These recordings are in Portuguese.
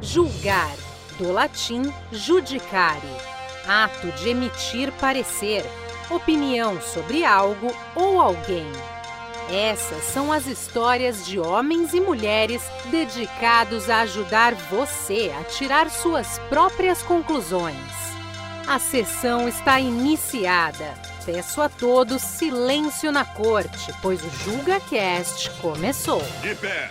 Julgar, do latim judicare, ato de emitir parecer, opinião sobre algo ou alguém. Essas são as histórias de homens e mulheres dedicados a ajudar você a tirar suas próprias conclusões. A sessão está iniciada. Peço a todos silêncio na corte, pois o JulgaCast começou. De pé!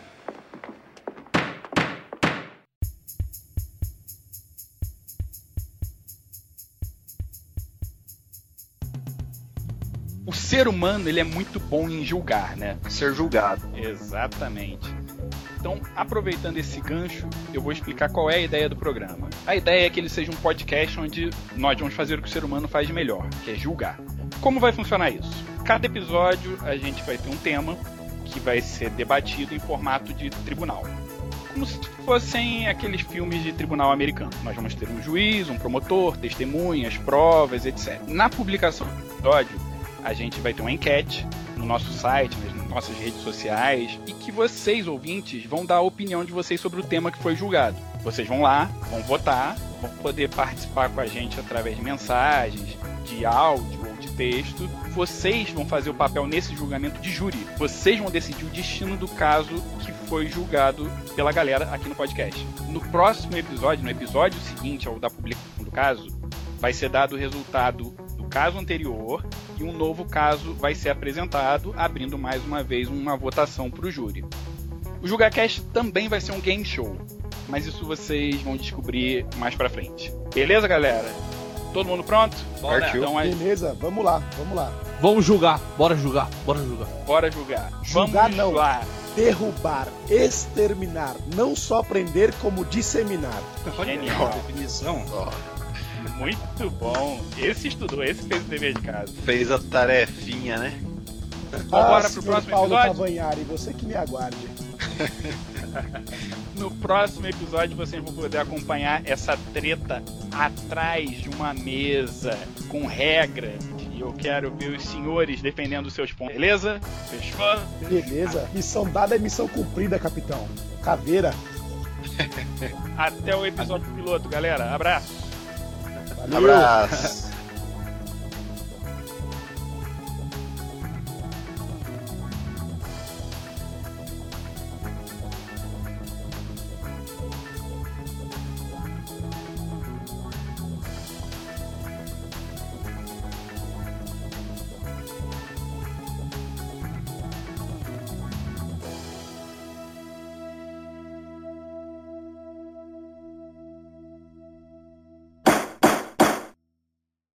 O ser humano, ele é muito bom em julgar, né? Ser julgado. Exatamente. Então, aproveitando esse gancho, eu vou explicar qual é a ideia do programa. A ideia é que ele seja um podcast onde nós vamos fazer o que o ser humano faz de melhor, que é julgar. Como vai funcionar isso? Cada episódio a gente vai ter um tema que vai ser debatido em formato de tribunal. Como se fossem aqueles filmes de tribunal americano. Nós vamos ter um juiz, um promotor, testemunhas, provas, etc. Na publicação do episódio, a gente vai ter uma enquete no nosso site, nas nossas redes sociais, e que vocês, ouvintes, vão dar a opinião de vocês sobre o tema que foi julgado. Vocês vão lá, vão votar, vão poder participar com a gente através de mensagens, de áudio ou de texto. Vocês vão fazer o papel nesse julgamento de júri. Vocês vão decidir o destino do caso que foi julgado pela galera aqui no podcast. No próximo episódio, no episódio seguinte ao da publicação do caso, vai ser dado o resultado do caso anterior e um novo caso vai ser apresentado, abrindo mais uma vez uma votação para o júri. O JulgaCast também vai ser um game show, mas isso vocês vão descobrir mais pra frente. Beleza, galera? Todo mundo pronto? Bora. Então, Beleza, vamos lá. Vamos julgar, bora julgar. Bora julgar. Julgar Vamos não. lá. Derrubar, exterminar, não só prender como disseminar. Genial. Definição. Muito bom. Esse estudou, esse fez o dever de casa. Fez a tarefinha, né? Bora pro senhor próximo Paulo episódio? Cavanhari, você que me aguarde. No próximo episódio vocês vão poder acompanhar essa treta atrás de uma mesa com regra. E eu quero ver os senhores defendendo os seus pontos. Beleza? Fechou? Beleza, missão dada é missão cumprida, capitão. Caveira. Até o episódio piloto, galera. Abraço. Valeu. Abraço.